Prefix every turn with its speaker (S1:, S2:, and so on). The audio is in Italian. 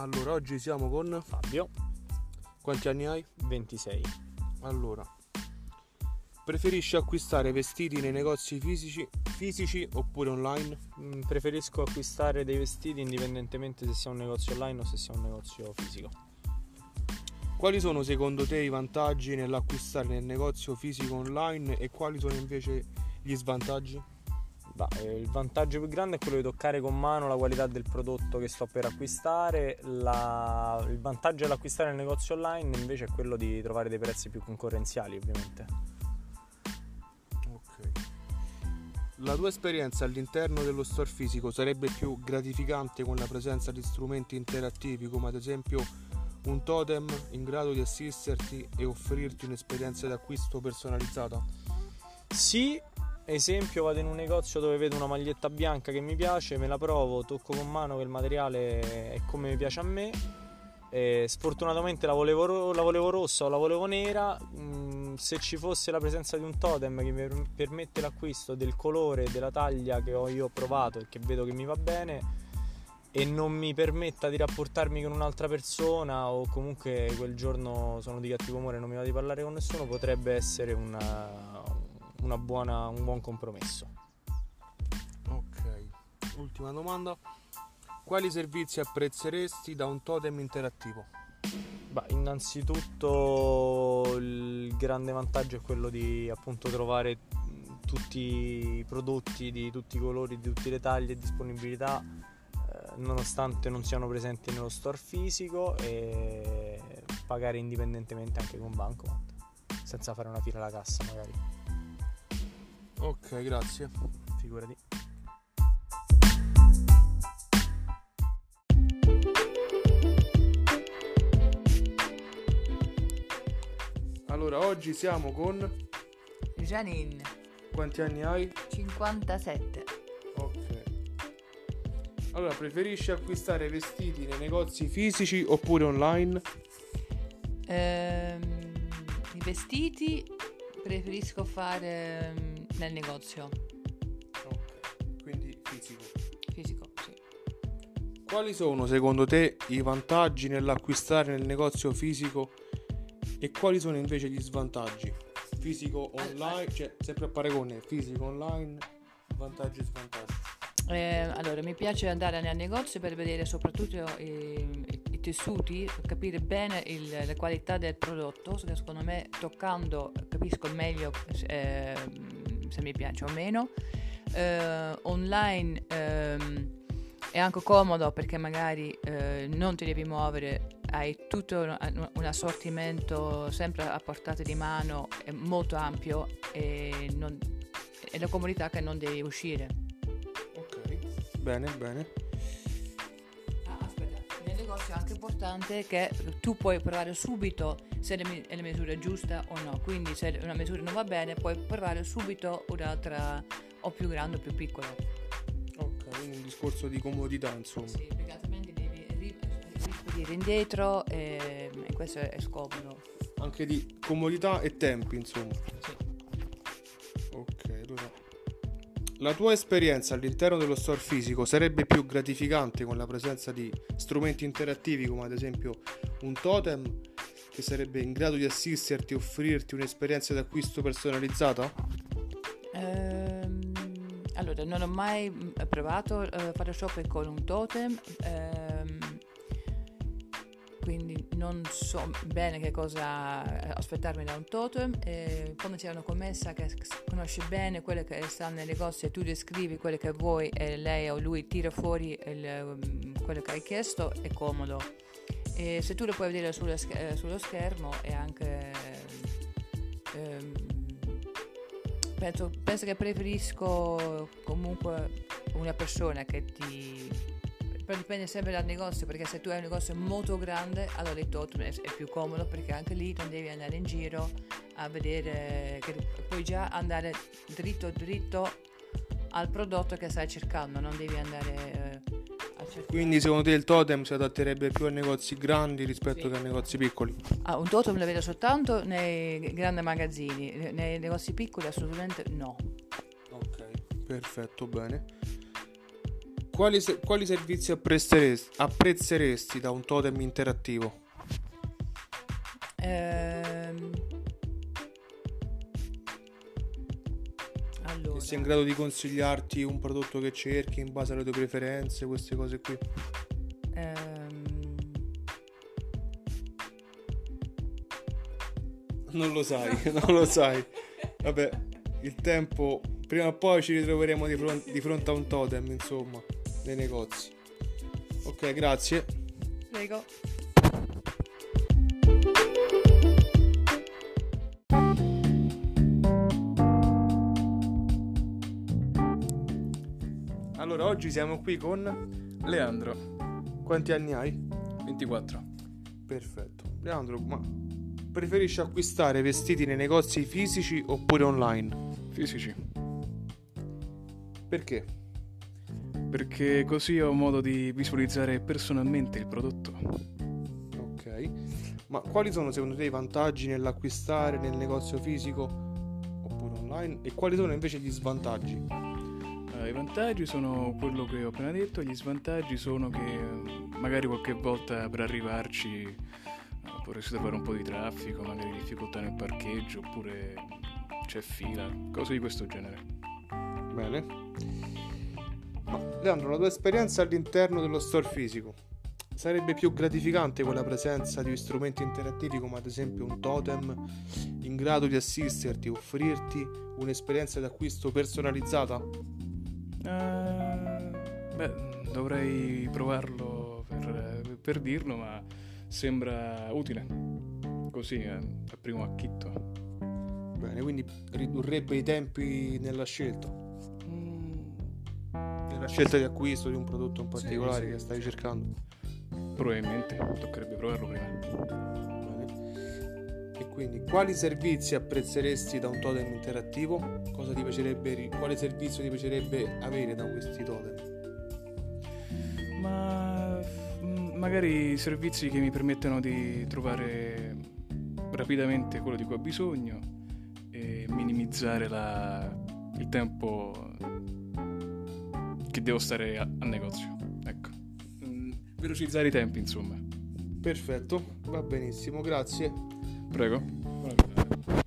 S1: Allora, oggi siamo con
S2: Fabio,
S1: Quanti anni hai?
S2: 26.
S1: Allora, preferisci acquistare vestiti nei negozi fisici oppure online?
S2: Preferisco acquistare dei vestiti indipendentemente se sia un negozio online o se sia un negozio fisico.
S1: Quali sono secondo te i vantaggi nell'acquistare nel negozio fisico online e quali sono invece gli svantaggi?
S2: Il vantaggio più grande è quello di toccare con mano la qualità del prodotto che sto per acquistare. Il vantaggio dell'acquistare nel negozio online invece è quello di trovare dei prezzi più concorrenziali, ovviamente.
S1: Ok. La tua esperienza all'interno dello store fisico sarebbe più gratificante con la presenza di strumenti interattivi come ad esempio un totem in grado di assisterti e offrirti un'esperienza d'acquisto personalizzata?
S2: Sì, esempio, vado in un negozio dove vedo una maglietta bianca che mi piace, me la provo, tocco con mano che il materiale è come mi piace a me. Sfortunatamente la volevo rossa o la volevo nera. Se ci fosse la presenza di un totem che mi permette l'acquisto del colore e della taglia che io ho provato e che vedo che mi va bene e non mi permetta di rapportarmi con un'altra persona, o comunque quel giorno sono di cattivo umore e non mi va di parlare con nessuno, potrebbe essere un buon compromesso.
S1: Ok, ultima domanda. Quali servizi apprezzeresti da un totem interattivo?
S2: Innanzitutto il grande vantaggio è quello di appunto trovare tutti i prodotti di tutti i colori, di tutte le taglie e disponibilità, nonostante non siano presenti nello store fisico, e pagare indipendentemente anche con bancomat, senza fare una fila alla cassa magari.
S1: Ok, grazie.
S2: Figurati.
S1: Allora, oggi siamo con
S3: Janine,
S1: Quanti anni hai?
S3: 57.
S1: Ok. Allora, preferisci acquistare vestiti nei negozi fisici oppure online?
S3: I vestiti preferisco fare nel negozio
S1: Ok, quindi fisico.
S3: fisico, sì.
S1: Quali sono secondo te i vantaggi nell'acquistare nel negozio fisico e quali sono invece gli svantaggi? Fisico online, cioè sempre a paragone, fisico online, vantaggi e svantaggi.
S3: Allora, mi piace andare nel negozio per vedere soprattutto i tessuti, capire bene la qualità del prodotto, perché secondo me toccando capisco meglio se mi piace o meno. Online è anche comodo perché magari non ti devi muovere, hai tutto un assortimento sempre a portata di mano, è molto ampio e la comodità che non devi uscire.
S1: Ok, bene.
S3: Aspetta, nel negozio è anche importante che tu puoi provare subito se è la misura giusta o no, quindi se una misura non va bene puoi provare subito un'altra o più grande o più piccola.
S1: Ok, quindi un discorso di comodità, insomma.
S3: Sì, perché altrimenti devi rispedire indietro e questo è scomodo.
S1: Anche di comodità e tempi, insomma.
S3: Sì.
S1: Ok, allora. La tua esperienza all'interno dello store fisico sarebbe più gratificante con la presenza di strumenti interattivi come ad esempio un totem che sarebbe in grado di assisterti e offrirti un'esperienza d'acquisto personalizzata?
S3: Allora, non ho mai provato a fare shopping con un totem, quindi non so bene che cosa aspettarmi da un totem. Quando c'è una commessa che conosce bene quelle che stanno nei negozi e tu descrivi quelle che vuoi e lei o lui tira fuori quello che hai chiesto, è comodo. E se tu lo puoi vedere sullo schermo è anche penso che preferisco comunque una persona che però dipende sempre dal negozio, perché se tu hai un negozio molto grande allora il totem è più comodo, perché anche lì non devi andare in giro a vedere, che puoi già andare dritto al prodotto che stai cercando, non devi andare a cercare.
S1: Quindi secondo te il totem si adatterebbe più a negozi grandi rispetto che a negozi piccoli?
S3: Un totem lo vedo soltanto nei grandi magazzini, nei negozi piccoli assolutamente no.
S1: Ok, perfetto, bene. quali servizi apprezzeresti da un totem interattivo?
S3: Allora,
S1: Che sia in grado di consigliarti un prodotto che cerchi in base alle tue preferenze, queste cose qui. Non lo sai, non lo sai. Vabbè, il tempo, prima o poi ci ritroveremo di fronte a un totem, insomma, nei negozi. Ok, grazie.
S3: prego.
S1: Allora, oggi siamo qui con...
S4: Leandro,
S1: Quanti anni hai?
S4: 24.
S1: Perfetto. Leandro, ma preferisci acquistare vestiti nei negozi fisici oppure online?
S4: Fisici.
S1: Perché?
S4: Perché così ho modo di visualizzare personalmente il prodotto.
S1: Ok. Ma quali sono secondo te i vantaggi nell'acquistare nel negozio fisico oppure online? E quali sono invece gli svantaggi?
S4: I vantaggi sono quello che ho appena detto, gli svantaggi sono che magari qualche volta per arrivarci potresti trovare un po' di traffico, magari difficoltà nel parcheggio, oppure c'è fila, cose di questo genere.
S1: Bene. Ma Leandro, la tua esperienza all'interno dello store fisico sarebbe più gratificante con la presenza di strumenti interattivi come ad esempio un totem in grado di assisterti, offrirti un'esperienza d'acquisto personalizzata?
S4: Dovrei provarlo per dirlo, ma sembra utile, così a primo acchitto.
S1: Bene, quindi ridurrebbe i tempi nella scelta di acquisto di un prodotto in particolare
S4: sì,
S1: che stai cercando.
S4: Probabilmente toccherebbe provarlo prima.
S1: Bene. E quindi quali servizi apprezzeresti da un totem interattivo? Quale servizio ti piacerebbe avere da questi totem?
S4: Ma magari servizi che mi permettano di trovare rapidamente quello di cui ho bisogno e minimizzare il tempo che devo stare al negozio. Ecco, velocizzare i tempi, insomma.
S1: Perfetto, va benissimo, grazie.
S4: Prego.